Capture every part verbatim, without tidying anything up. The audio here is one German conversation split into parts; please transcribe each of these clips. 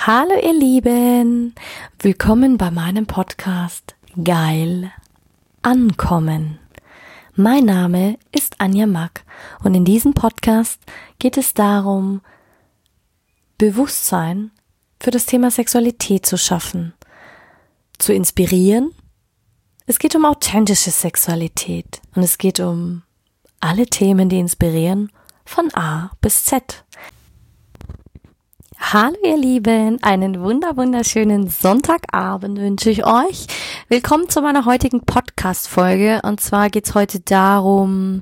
Hallo ihr Lieben, willkommen bei meinem Podcast Geil Ankommen. Mein Name ist Anja Mack und in diesem Podcast geht es darum, Bewusstsein für das Thema Sexualität zu schaffen, zu inspirieren. Es geht um authentische Sexualität und es geht um alle Themen, die inspirieren, von A bis Z. Hallo ihr Lieben, einen wunder wunderschönen Sonntagabend wünsche ich euch. Willkommen zu meiner heutigen Podcast-Folge und zwar geht's heute darum,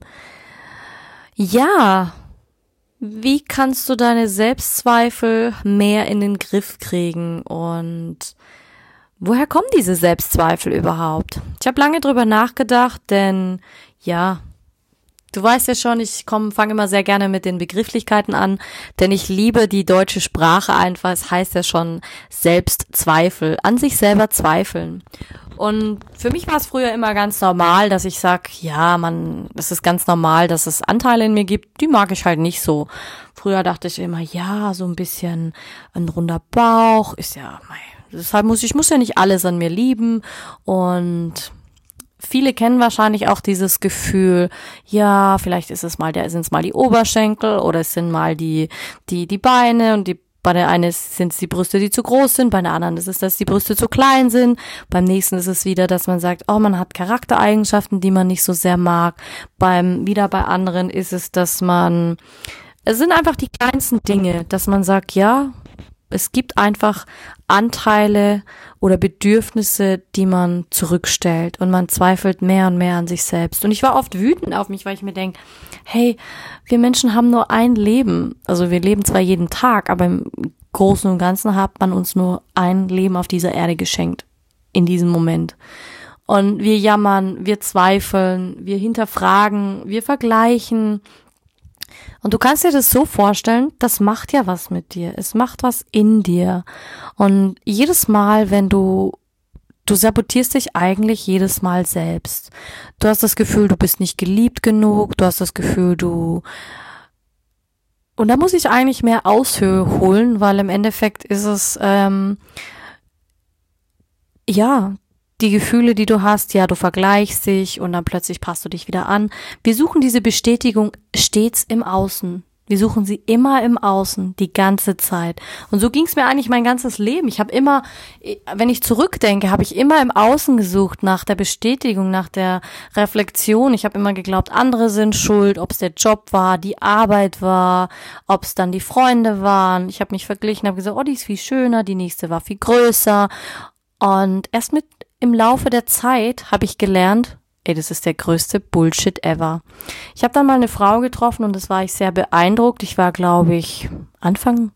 ja, wie kannst du deine Selbstzweifel mehr in den Griff kriegen und woher kommen diese Selbstzweifel überhaupt? Ich habe lange drüber nachgedacht, denn ja, du weißt ja schon, ich komm, fange immer sehr gerne mit den Begrifflichkeiten an, denn ich liebe die deutsche Sprache einfach. Es heißt ja schon Selbstzweifel, an sich selber zweifeln. Und für mich war es früher immer ganz normal, dass ich sag, ja, man, es ist ganz normal, dass es Anteile in mir gibt, die mag ich halt nicht so. Früher dachte ich immer, ja, so ein bisschen ein runder Bauch ist ja, deshalb muss ich muss ja nicht alles an mir lieben und viele kennen wahrscheinlich auch dieses Gefühl, ja, vielleicht ist es mal der, sind es mal die Oberschenkel oder es sind mal die, die, die Beine und die, bei der einen sind es die Brüste, die zu groß sind, bei der anderen ist es, dass die Brüste zu klein sind, beim nächsten ist es wieder, dass man sagt, oh, man hat Charaktereigenschaften, die man nicht so sehr mag, beim, wieder bei anderen ist es, dass man, es sind einfach die kleinsten Dinge, dass man sagt, ja, es gibt einfach Anteile oder Bedürfnisse, die man zurückstellt und man zweifelt mehr und mehr an sich selbst. Und ich war oft wütend auf mich, weil ich mir denke, hey, wir Menschen haben nur ein Leben. Also wir leben zwar jeden Tag, aber im Großen und Ganzen hat man uns nur ein Leben auf dieser Erde geschenkt, in diesem Moment. Und wir jammern, wir zweifeln, wir hinterfragen, wir vergleichen. Und du kannst dir das so vorstellen, das macht ja was mit dir. Es macht was in dir. Und jedes Mal, wenn du, du sabotierst dich eigentlich jedes Mal selbst. Du hast das Gefühl, du bist nicht geliebt genug. Du hast das Gefühl, du, und da muss ich eigentlich mehr Aushöhe holen, weil im Endeffekt ist es, ähm, ja, die Gefühle, die du hast, ja, du vergleichst dich und dann plötzlich passt du dich wieder an. Wir suchen diese Bestätigung stets im Außen. Wir suchen sie immer im Außen, die ganze Zeit. Und so ging es mir eigentlich mein ganzes Leben. Ich habe immer, wenn ich zurückdenke, habe ich immer im Außen gesucht nach der Bestätigung, nach der Reflexion. Ich habe immer geglaubt, andere sind schuld, ob es der Job war, die Arbeit war, ob es dann die Freunde waren. Ich habe mich verglichen, habe gesagt, oh, die ist viel schöner, die nächste war viel größer. Und erst mit im Laufe der Zeit habe ich gelernt, ey, das ist der größte Bullshit ever. Ich habe dann mal eine Frau getroffen und das war ich sehr beeindruckt. Ich war, glaube ich, Anfang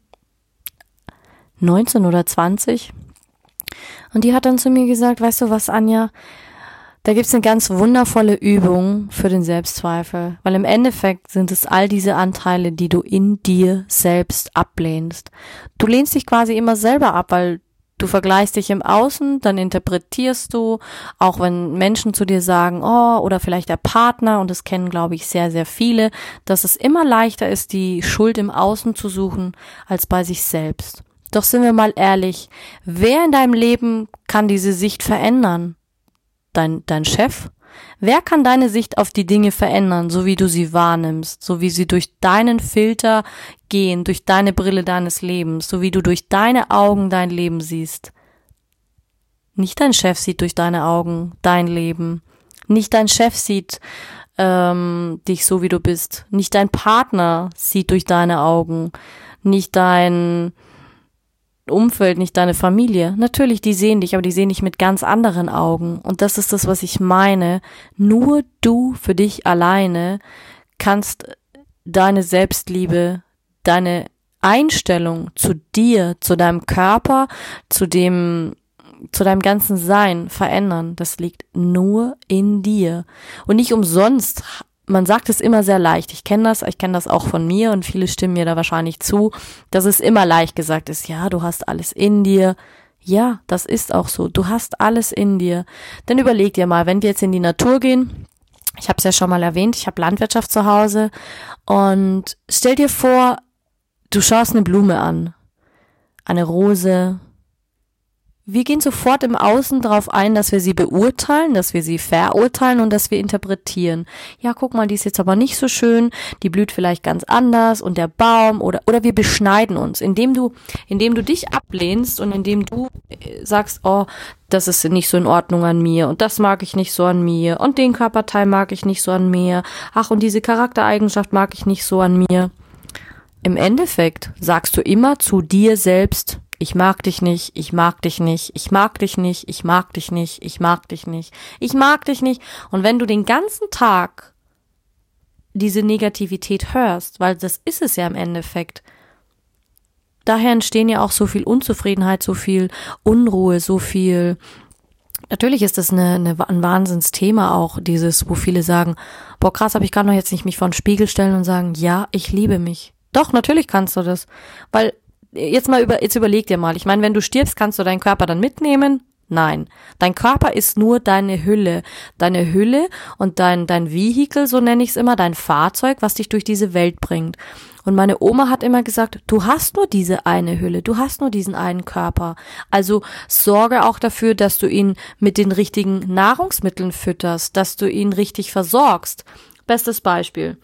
neunzehn oder zwanzig. Und die hat dann zu mir gesagt, weißt du was, Anja, da gibt's eine ganz wundervolle Übung für den Selbstzweifel. Weil im Endeffekt sind es all diese Anteile, die du in dir selbst ablehnst. Du lehnst dich quasi immer selber ab, weil du vergleichst dich im Außen, dann interpretierst du, auch wenn Menschen zu dir sagen, oh, oder vielleicht der Partner, und das kennen, glaube ich, sehr, sehr viele, dass es immer leichter ist, die Schuld im Außen zu suchen, als bei sich selbst. Doch sind wir mal ehrlich, wer in deinem Leben kann diese Sicht verändern? Dein, dein Chef? Wer kann deine Sicht auf die Dinge verändern, so wie du sie wahrnimmst, so wie sie durch deinen Filter gehen, durch deine Brille deines Lebens, so wie du durch deine Augen dein Leben siehst? Nicht dein Chef sieht durch deine Augen dein Leben. Nicht dein Chef sieht ähm, dich so, wie du bist. Nicht dein Partner sieht durch deine Augen. Nicht dein Umfeld, nicht deine Familie. Natürlich, die sehen dich, aber die sehen dich mit ganz anderen Augen. Und das ist das, was ich meine. Nur du für dich alleine kannst deine Selbstliebe, deine Einstellung zu dir, zu deinem Körper, zu dem, zu deinem ganzen Sein verändern. Das liegt nur in dir. Und nicht umsonst. Man sagt es immer sehr leicht. Ich kenne das, ich kenne das auch von mir und viele stimmen mir da wahrscheinlich zu, dass es immer leicht gesagt ist, ja, du hast alles in dir. Ja, das ist auch so. Du hast alles in dir. Dann überleg dir mal, wenn wir jetzt in die Natur gehen, ich habe es ja schon mal erwähnt, ich habe Landwirtschaft zu Hause und stell dir vor, du schaust eine Blume an. eine Rose. Wir gehen sofort im Außen darauf ein, dass wir sie beurteilen, dass wir sie verurteilen und dass wir interpretieren. Ja, guck mal, die ist jetzt aber nicht so schön, die blüht vielleicht ganz anders und der Baum oder oder wir beschneiden uns, indem du indem du dich ablehnst und indem du sagst, oh, das ist nicht so in Ordnung an mir und das mag ich nicht so an mir und den Körperteil mag ich nicht so an mir. Ach, und diese Charaktereigenschaft mag ich nicht so an mir. Im Endeffekt sagst du immer zu dir selbst: Ich mag dich nicht, ich mag dich nicht, ich mag dich nicht, ich mag dich nicht, ich mag dich nicht, ich mag dich nicht. Und wenn du den ganzen Tag diese Negativität hörst, weil das ist es ja im Endeffekt, daher entstehen ja auch so viel Unzufriedenheit, so viel Unruhe, so viel. Natürlich ist das eine, eine, ein Wahnsinnsthema auch, dieses, wo viele sagen, boah krass, aber ich kann doch jetzt nicht mich vor den Spiegel stellen und sagen, ja, ich liebe mich. Doch, natürlich kannst du das, weil Jetzt mal über, jetzt überleg dir mal. Ich meine, wenn du stirbst, kannst du deinen Körper dann mitnehmen? Nein. Dein Körper ist nur deine Hülle. Deine Hülle und dein, dein Vehikel, so nenne ich es immer, dein Fahrzeug, was dich durch diese Welt bringt. Und meine Oma hat immer gesagt, du hast nur diese eine Hülle, du hast nur diesen einen Körper. Also sorge auch dafür, dass du ihn mit den richtigen Nahrungsmitteln fütterst, dass du ihn richtig versorgst. Bestes Beispiel.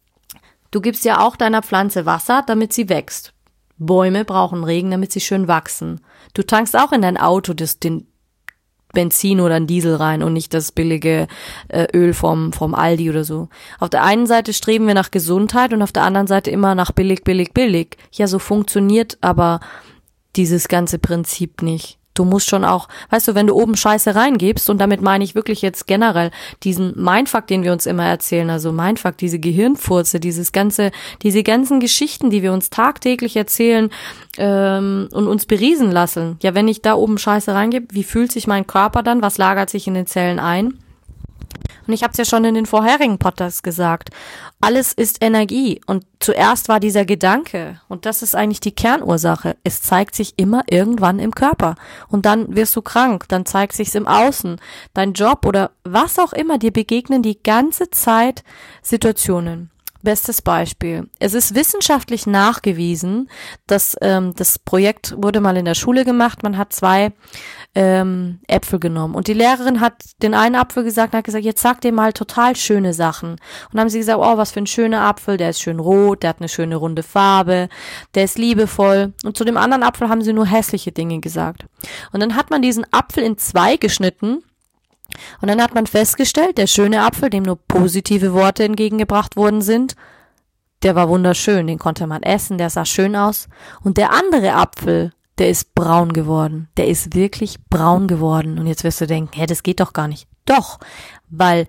Du gibst ja auch deiner Pflanze Wasser, damit sie wächst. Bäume brauchen Regen, damit sie schön wachsen. Du tankst auch in dein Auto das, den Benzin oder einen Diesel rein und nicht das billige äh, Öl vom, vom Aldi oder so. Auf der einen Seite streben wir nach Gesundheit und auf der anderen Seite immer nach billig, billig, billig. Ja, so funktioniert aber dieses ganze Prinzip nicht. Du musst schon auch, weißt du, wenn du oben Scheiße reingibst, und damit meine ich wirklich jetzt generell diesen Mindfuck, den wir uns immer erzählen, also Mindfuck, diese Gehirnfurze, dieses ganze, diese ganzen Geschichten, die wir uns tagtäglich erzählen ähm, und uns beriesen lassen. Ja, wenn ich da oben Scheiße reingebe, wie fühlt sich mein Körper dann? Was lagert sich in den Zellen ein? Und ich habe es ja schon in den vorherigen Podcasts gesagt, alles ist Energie und zuerst war dieser Gedanke und das ist eigentlich die Kernursache. Es zeigt sich immer irgendwann im Körper und dann wirst du krank, dann zeigt sich's im Außen, dein Job oder was auch immer, dir begegnen die ganze Zeit Situationen. Bestes Beispiel. Es ist wissenschaftlich nachgewiesen, dass ähm, das Projekt wurde mal in der Schule gemacht. Man hat zwei ähm, Äpfel genommen und die Lehrerin hat den einen Apfel gesagt und hat gesagt, jetzt sag dir mal total schöne Sachen. Und dann haben sie gesagt, oh, was für ein schöner Apfel, der ist schön rot, der hat eine schöne runde Farbe, der ist liebevoll. Und zu dem anderen Apfel haben sie nur hässliche Dinge gesagt. Und dann hat man diesen Apfel in zwei geschnitten. Und dann hat man festgestellt, der schöne Apfel, dem nur positive Worte entgegengebracht worden sind, der war wunderschön, den konnte man essen, der sah schön aus. Und der andere Apfel, der ist braun geworden. Der ist wirklich braun geworden. Und jetzt wirst du denken, hä, das geht doch gar nicht. Doch, weil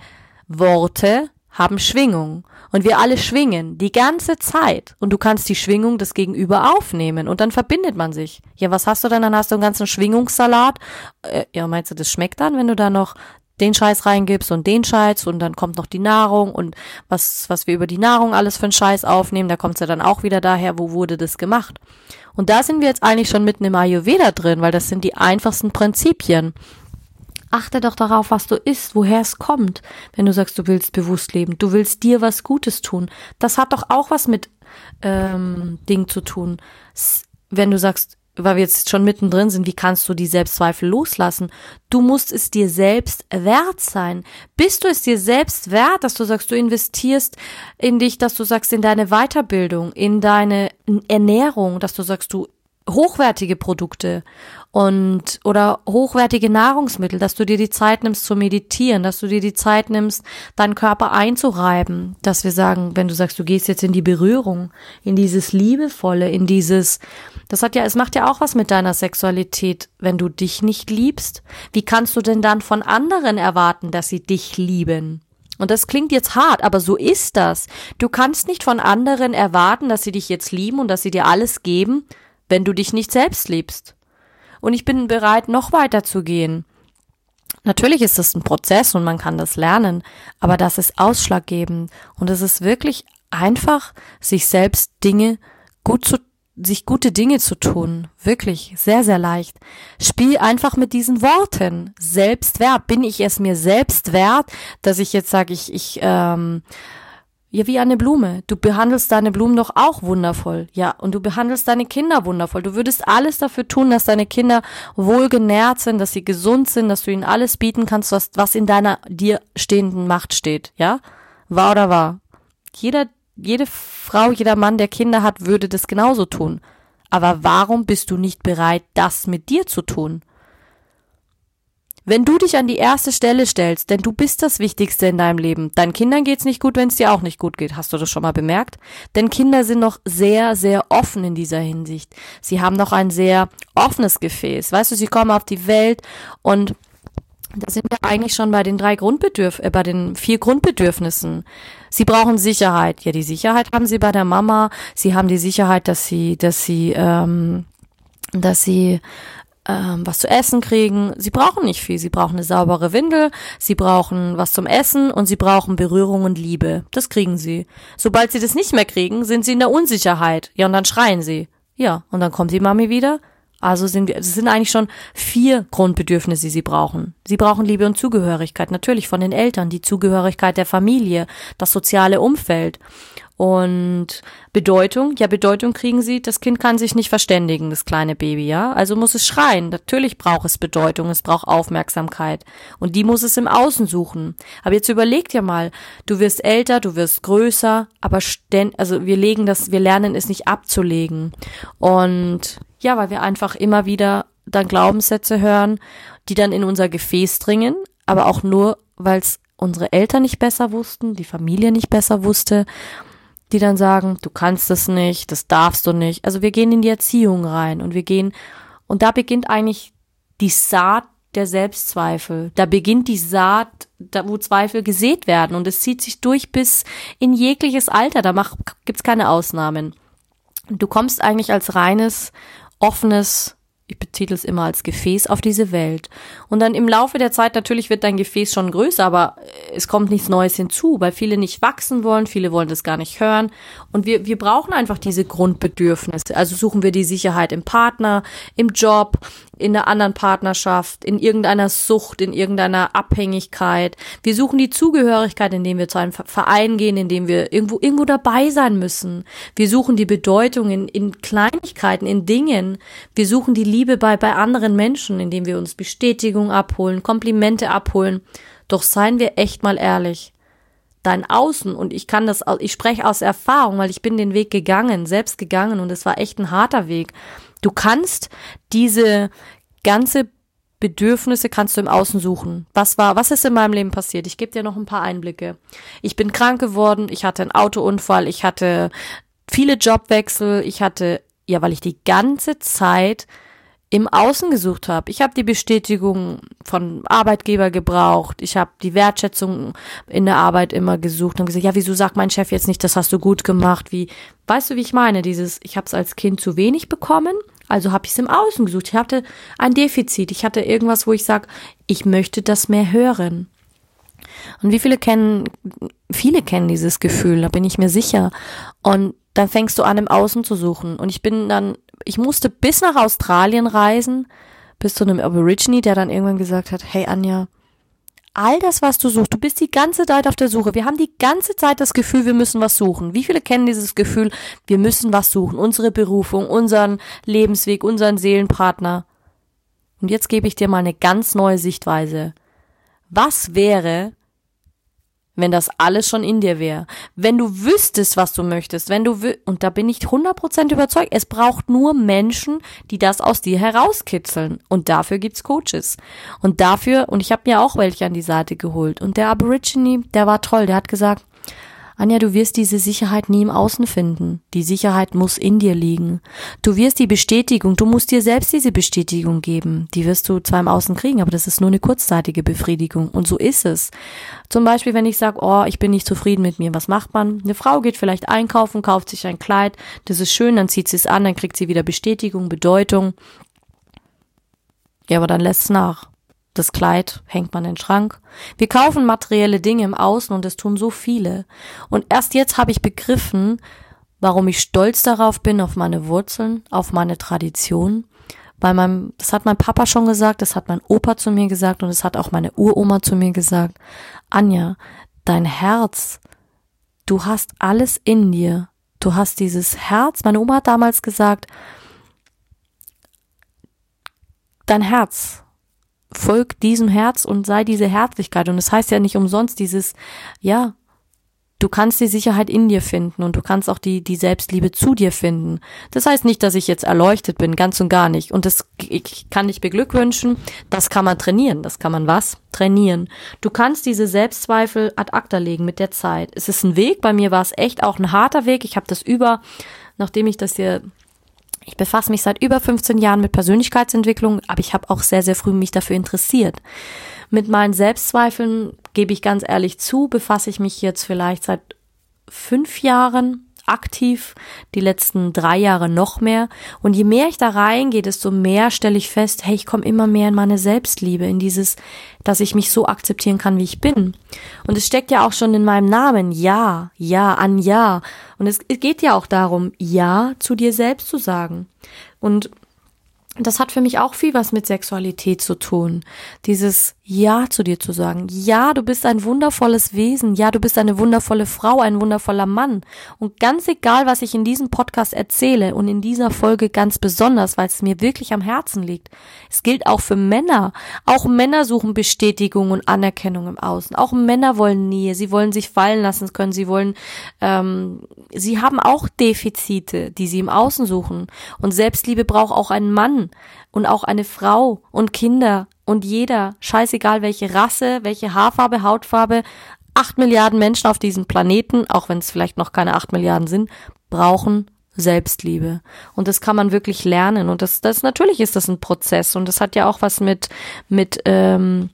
Worte haben Schwingung. Und wir alle schwingen die ganze Zeit. Und du kannst die Schwingung des Gegenüber aufnehmen. Und dann verbindet man sich. Ja, was hast du dann? Dann hast du einen ganzen Schwingungssalat. Äh, ja, meinst du, das schmeckt dann, wenn du da noch den Scheiß reingibst und den Scheiß und dann kommt noch die Nahrung und was, was wir über die Nahrung alles für einen Scheiß aufnehmen, da kommt's ja dann auch wieder daher, wo wurde das gemacht. Und da sind wir jetzt eigentlich schon mitten im Ayurveda drin, weil das sind die einfachsten Prinzipien. Achte doch darauf, was du isst, woher es kommt, wenn du sagst, du willst bewusst leben, du willst dir was Gutes tun. Das hat doch auch was mit ähm, Ding zu tun. Wenn du sagst, weil wir jetzt schon mittendrin sind, wie kannst du die Selbstzweifel loslassen? Du musst es dir selbst wert sein. Bist du es dir selbst wert, dass du sagst, du investierst in dich, dass du sagst, in deine Weiterbildung, in deine Ernährung, dass du sagst, du hochwertige Produkte und oder hochwertige Nahrungsmittel, dass du dir die Zeit nimmst zu meditieren, dass du dir die Zeit nimmst, deinen Körper einzureiben, dass wir sagen, wenn du sagst, du gehst jetzt in die Berührung, in dieses Liebevolle, in dieses, das hat ja, es macht ja auch was mit deiner Sexualität, wenn du dich nicht liebst. Wie kannst du denn dann von anderen erwarten, dass sie dich lieben? Und das klingt jetzt hart, aber so ist das. Du kannst nicht von anderen erwarten, dass sie dich jetzt lieben und dass sie dir alles geben, wenn du dich nicht selbst liebst. Und ich bin bereit, noch weiter zu gehen. Natürlich ist das ein Prozess und man kann das lernen, aber das ist ausschlaggebend. Und es ist wirklich einfach, sich selbst Dinge gut zu, sich gute Dinge zu tun. Wirklich, sehr, sehr leicht. Spiel einfach mit diesen Worten. Selbstwert. Bin ich es mir selbst wert, dass ich jetzt sage, ich, ich, ähm, Ja, wie eine Blume. Du behandelst deine Blumen doch auch wundervoll. Ja, und du behandelst deine Kinder wundervoll. Du würdest alles dafür tun, dass deine Kinder wohlgenährt sind, dass sie gesund sind, dass du ihnen alles bieten kannst, was, was in deiner dir stehenden Macht steht. Ja? Wahr oder wahr? Jeder, jede Frau, jeder Mann, der Kinder hat, würde das genauso tun. Aber warum bist du nicht bereit, das mit dir zu tun? Wenn du dich an die erste Stelle stellst, denn du bist das Wichtigste in deinem Leben, deinen Kindern geht's nicht gut, wenn es dir auch nicht gut geht. Hast du das schon mal bemerkt? Denn Kinder sind noch sehr, sehr offen in dieser Hinsicht. Sie haben noch ein sehr offenes Gefäß. Weißt du, sie kommen auf die Welt und da sind wir eigentlich schon bei den drei Grundbedürf äh, bei den vier Grundbedürfnissen. Sie brauchen Sicherheit. Ja, die Sicherheit haben sie bei der Mama. Sie haben die Sicherheit, dass sie, dass sie, ähm, dass sie ähm, was zu essen kriegen. Sie brauchen nicht viel. Sie brauchen eine saubere Windel, sie brauchen was zum Essen und sie brauchen Berührung und Liebe. Das kriegen sie. Sobald sie das nicht mehr kriegen, sind sie in der Unsicherheit. Ja, und dann schreien sie. Ja, und dann kommt die Mami wieder. Also sind wir, es sind eigentlich schon vier Grundbedürfnisse, die sie brauchen. Sie brauchen Liebe und Zugehörigkeit, natürlich von den Eltern, die Zugehörigkeit der Familie, das soziale Umfeld. Und Bedeutung, ja, Bedeutung kriegen sie, das Kind kann sich nicht verständigen, das kleine Baby, ja. Also muss es schreien. Natürlich braucht es Bedeutung, es braucht Aufmerksamkeit. Und die muss es im Außen suchen. Aber jetzt überleg dir mal, du wirst älter, du wirst größer, aber ständ, also wir legen das, wir lernen es nicht abzulegen. Und ja, weil wir einfach immer wieder dann Glaubenssätze hören, die dann in unser Gefäß dringen, aber auch nur, weil es unsere Eltern nicht besser wussten, die Familie nicht besser wusste, die dann sagen, du kannst das nicht, das darfst du nicht. Also wir gehen in die Erziehung rein und wir gehen, und da beginnt eigentlich die Saat der Selbstzweifel. Da beginnt die Saat, da wo Zweifel gesät werden, und es zieht sich durch bis in jegliches Alter. Da mach, gibt's keine Ausnahmen. Du kommst eigentlich als reines, offenes, ich betitel es immer als Gefäß auf diese Welt. Und dann im Laufe der Zeit, natürlich wird dein Gefäß schon größer, aber es kommt nichts Neues hinzu, weil viele nicht wachsen wollen, viele wollen das gar nicht hören. Und wir, wir brauchen einfach diese Grundbedürfnisse. Also suchen wir die Sicherheit im Partner, im Job, in einer anderen Partnerschaft, in irgendeiner Sucht, in irgendeiner Abhängigkeit. Wir suchen die Zugehörigkeit, indem wir zu einem Verein gehen, indem wir irgendwo irgendwo dabei sein müssen. Wir suchen die Bedeutung in, in Kleinigkeiten, in Dingen. Wir suchen die Liebe bei, bei anderen Menschen, indem wir uns Bestätigung abholen, Komplimente abholen. Doch seien wir echt mal ehrlich. Dein Außen, und ich kann das, ich spreche aus Erfahrung, weil ich bin den Weg gegangen, selbst gegangen, und es war echt ein harter Weg. Du kannst diese ganze Bedürfnisse kannst du im Außen suchen. Was war, was ist in meinem Leben passiert? Ich gebe dir noch ein paar Einblicke. Ich bin krank geworden, ich hatte einen Autounfall, ich hatte viele Jobwechsel, ich hatte, ja, weil ich die ganze Zeit im Außen gesucht habe. Ich habe die Bestätigung von Arbeitgeber gebraucht. Ich habe die Wertschätzung in der Arbeit immer gesucht und gesagt, ja, wieso sagt mein Chef jetzt nicht, das hast du gut gemacht? Wie, weißt du, wie ich meine? Dieses, ich habe es als Kind zu wenig bekommen, also habe ich es im Außen gesucht. Ich hatte ein Defizit. Ich hatte irgendwas, wo ich sage, ich möchte das mehr hören. Und wie viele kennen, viele kennen dieses Gefühl, da bin ich mir sicher. Und dann fängst du an, im Außen zu suchen. Und ich bin dann, ich musste bis nach Australien reisen, bis zu einem Aborigine, der dann irgendwann gesagt hat, hey Anja, all das, was du suchst, du bist die ganze Zeit auf der Suche. Wir haben die ganze Zeit das Gefühl, wir müssen was suchen. Wie viele kennen dieses Gefühl, wir müssen was suchen? Unsere Berufung, unseren Lebensweg, unseren Seelenpartner. Und jetzt gebe ich dir mal eine ganz neue Sichtweise. Was wäre, wenn das alles schon in dir wäre? Wenn du wüsstest, was du möchtest, wenn du wü- und da bin ich hundert Prozent überzeugt, es braucht nur Menschen, die das aus dir herauskitzeln. Und dafür gibt's Coaches. Und dafür, und ich habe mir auch welche an die Seite geholt. Und der Aborigine, der war toll, der hat gesagt, Anja, du wirst diese Sicherheit nie im Außen finden. Die Sicherheit muss in dir liegen. Du wirst die Bestätigung, du musst dir selbst diese Bestätigung geben. Die wirst du zwar im Außen kriegen, aber das ist nur eine kurzzeitige Befriedigung. Und so ist es. Zum Beispiel, wenn ich sage, oh, ich bin nicht zufrieden mit mir, was macht man? Eine Frau geht vielleicht einkaufen, kauft sich ein Kleid, das ist schön, dann zieht sie es an, dann kriegt sie wieder Bestätigung, Bedeutung. Ja, aber dann lässt es nach. Das Kleid hängt man in den Schrank. Wir kaufen materielle Dinge im Außen und das tun so viele. Und erst jetzt habe ich begriffen, warum ich stolz darauf bin, auf meine Wurzeln, auf meine Tradition. Weil mein, das hat mein Papa schon gesagt, das hat mein Opa zu mir gesagt und das hat auch meine Uroma zu mir gesagt. Anja, dein Herz, du hast alles in dir. Du hast dieses Herz. Meine Oma hat damals gesagt, dein Herz, folg diesem Herz und sei diese Herzlichkeit. Und das heißt ja nicht umsonst dieses, ja, du kannst die Sicherheit in dir finden und du kannst auch die die Selbstliebe zu dir finden. Das heißt nicht, dass ich jetzt erleuchtet bin, ganz und gar nicht. Und das ich kann dich beglückwünschen, das kann man trainieren. Das kann man was? Trainieren. Du kannst diese Selbstzweifel ad acta legen mit der Zeit. Es ist ein Weg, bei mir war es echt auch ein harter Weg. Ich habe das über, nachdem ich das hier, ich befasse mich seit über fünfzehn Jahren mit Persönlichkeitsentwicklung, aber ich habe auch sehr, sehr früh mich dafür interessiert. Mit meinen Selbstzweifeln, gebe ich ganz ehrlich zu, befasse ich mich jetzt vielleicht seit fünf Jahren aktiv, die letzten drei Jahre noch mehr. Und je mehr ich da reingehe, desto mehr stelle ich fest, hey, ich komme immer mehr in meine Selbstliebe, in dieses, dass ich mich so akzeptieren kann, wie ich bin. Und es steckt ja auch schon in meinem Namen, ja, ja, Anja. Und es geht ja auch darum, ja zu dir selbst zu sagen. Und das hat für mich auch viel was mit Sexualität zu tun. Dieses Ja zu dir zu sagen. Ja, du bist ein wundervolles Wesen. Ja, du bist eine wundervolle Frau, ein wundervoller Mann. Und ganz egal, was ich in diesem Podcast erzähle und in dieser Folge ganz besonders, weil es mir wirklich am Herzen liegt. Es gilt auch für Männer. Auch Männer suchen Bestätigung und Anerkennung im Außen. Auch Männer wollen Nähe. Sie wollen sich fallen lassen können. Sie wollen, ähm, sie haben auch Defizite, die sie im Außen suchen. Und Selbstliebe braucht auch einen Mann. Und auch eine Frau und Kinder und jeder, scheißegal welche Rasse, welche Haarfarbe, Hautfarbe, acht Milliarden Menschen auf diesem Planeten, auch wenn es vielleicht noch keine acht Milliarden sind, brauchen Selbstliebe. Und das kann man wirklich lernen. Und das, das natürlich ist das ein Prozess. Und das hat ja auch was mit mit ähm,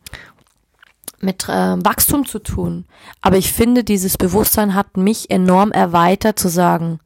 mit äh, Wachstum zu tun. Aber ich finde, dieses Bewusstsein hat mich enorm erweitert zu sagen,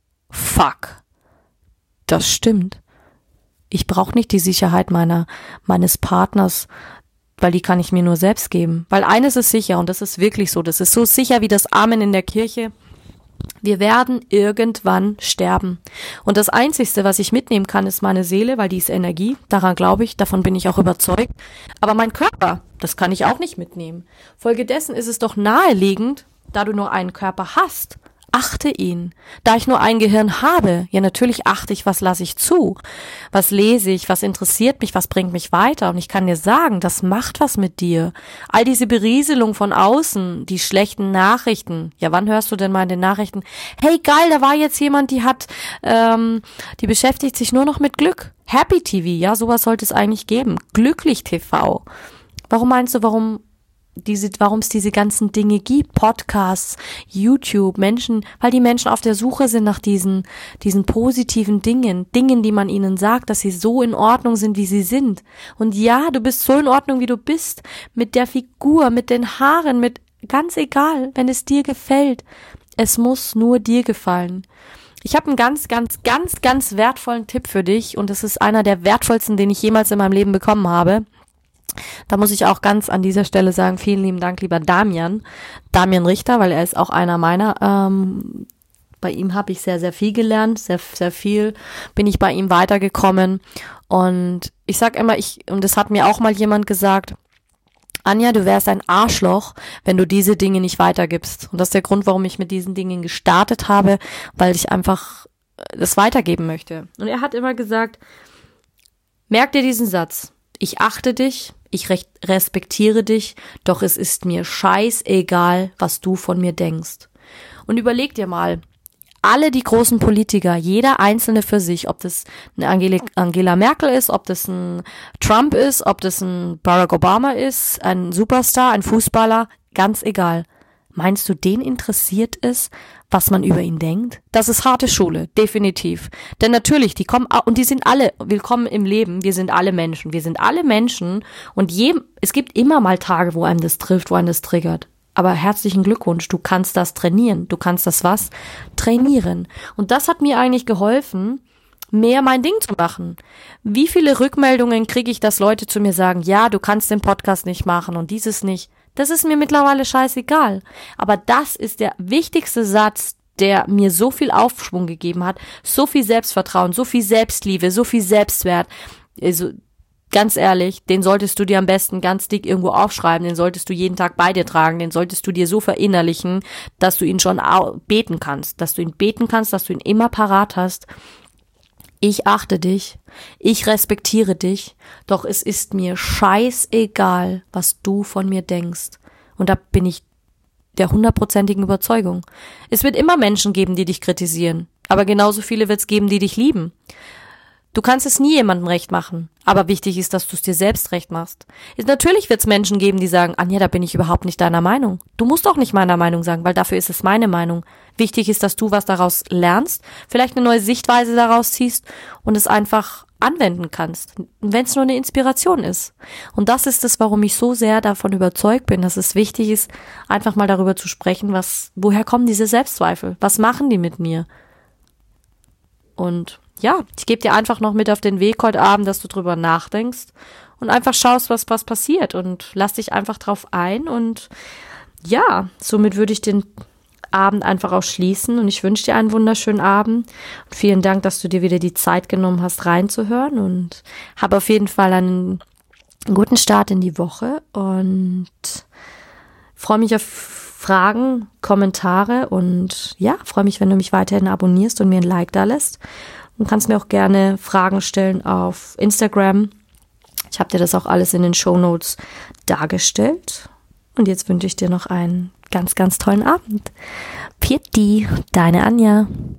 fuck, das stimmt. Ich brauche nicht die Sicherheit meiner meines Partners, weil die kann ich mir nur selbst geben. Weil eines ist sicher, und das ist wirklich so, das ist so sicher wie das Amen in der Kirche, wir werden irgendwann sterben. Und das Einzigste, was ich mitnehmen kann, ist meine Seele, weil die ist Energie, daran glaube ich, davon bin ich auch überzeugt. Aber mein Körper, das kann ich auch nicht mitnehmen. Folgedessen ist es doch naheliegend, da du nur einen Körper hast, achte ihn. Da ich nur ein Gehirn habe, ja natürlich achte ich, was lasse ich zu, was lese ich, was interessiert mich, was bringt mich weiter. Und ich kann dir sagen, das macht was mit dir. All diese Berieselung von außen, die schlechten Nachrichten. Ja, wann hörst du denn mal in den Nachrichten, hey geil, da war jetzt jemand, die hat, ähm, die beschäftigt sich nur noch mit Glück. Happy T V, ja, sowas sollte es eigentlich geben. Glücklich T V. Warum meinst du, warum diese, warum es diese ganzen Dinge gibt, Podcasts, YouTube, Menschen, weil die Menschen auf der Suche sind nach diesen, diesen positiven Dingen, Dingen, die man ihnen sagt, dass sie so in Ordnung sind, wie sie sind. Und ja, du bist so in Ordnung, wie du bist, mit der Figur, mit den Haaren, mit, ganz egal, wenn es dir gefällt. Es muss nur dir gefallen. Ich habe einen ganz, ganz, ganz, ganz wertvollen Tipp für dich und es ist einer der wertvollsten, den ich jemals in meinem Leben bekommen habe. Da muss ich auch ganz an dieser Stelle sagen, vielen lieben Dank, lieber Damian, Damian Richter, weil er ist auch einer meiner, ähm, bei ihm habe ich sehr, sehr viel gelernt, sehr, sehr viel bin ich bei ihm weitergekommen und ich sag immer, ich, und das hat mir auch mal jemand gesagt, Anja, du wärst ein Arschloch, wenn du diese Dinge nicht weitergibst. Und das ist der Grund, warum ich mit diesen Dingen gestartet habe, weil ich einfach das weitergeben möchte. Und er hat immer gesagt, merk dir diesen Satz, ich achte dich, ich respektiere dich, doch es ist mir scheißegal, was du von mir denkst. Und überleg dir mal, alle die großen Politiker, jeder einzelne für sich, ob das eine Angela Merkel ist, ob das ein Trump ist, ob das ein Barack Obama ist, ein Superstar, ein Fußballer, ganz egal. Meinst du, den interessiert es, was man über ihn denkt? Das ist harte Schule, definitiv. Denn natürlich, die kommen, und die sind alle willkommen im Leben, wir sind alle Menschen, wir sind alle Menschen und je, es gibt immer mal Tage, wo einem das trifft, wo einem das triggert. Aber herzlichen Glückwunsch, du kannst das trainieren, du kannst das was? Trainieren. Und das hat mir eigentlich geholfen, mehr mein Ding zu machen. Wie viele Rückmeldungen kriege ich, dass Leute zu mir sagen, ja, du kannst den Podcast nicht machen und dieses nicht. Das ist mir mittlerweile scheißegal. Aber das ist der wichtigste Satz, der mir so viel Aufschwung gegeben hat, so viel Selbstvertrauen, so viel Selbstliebe, so viel Selbstwert. Also ganz ehrlich, den solltest du dir am besten ganz dick irgendwo aufschreiben, den solltest du jeden Tag bei dir tragen, den solltest du dir so verinnerlichen, dass du ihn schon beten kannst, dass du ihn beten kannst, dass du ihn immer parat hast. Ich achte dich, ich respektiere dich, doch es ist mir scheißegal, was du von mir denkst. Und da bin ich der hundertprozentigen Überzeugung. Es wird immer Menschen geben, die dich kritisieren, aber genauso viele wird es geben, die dich lieben. Du kannst es nie jemandem recht machen, aber wichtig ist, dass du es dir selbst recht machst. Natürlich wird es Menschen geben, die sagen, Anja, da bin ich überhaupt nicht deiner Meinung. Du musst auch nicht meiner Meinung sagen, weil dafür ist es meine Meinung. Wichtig ist, dass du was daraus lernst, vielleicht eine neue Sichtweise daraus ziehst und es einfach anwenden kannst, wenn es nur eine Inspiration ist. Und das ist es, warum ich so sehr davon überzeugt bin, dass es wichtig ist, einfach mal darüber zu sprechen, was, woher kommen diese Selbstzweifel? Was machen die mit mir? Und ja, ich gebe dir einfach noch mit auf den Weg heute Abend, dass du drüber nachdenkst und einfach schaust, was, was passiert und lass dich einfach drauf ein und ja, somit würde ich den Abend einfach auch schließen und ich wünsche dir einen wunderschönen Abend und vielen Dank, dass du dir wieder die Zeit genommen hast, reinzuhören und habe auf jeden Fall einen guten Start in die Woche und freue mich auf Fragen, Kommentare und ja, freue mich, wenn du mich weiterhin abonnierst und mir ein Like da lässt. Du kannst mir auch gerne Fragen stellen auf Instagram. Ich habe dir das auch alles in den Shownotes dargestellt. Und jetzt wünsche ich dir noch einen ganz, ganz tollen Abend. Pieti, deine Anja.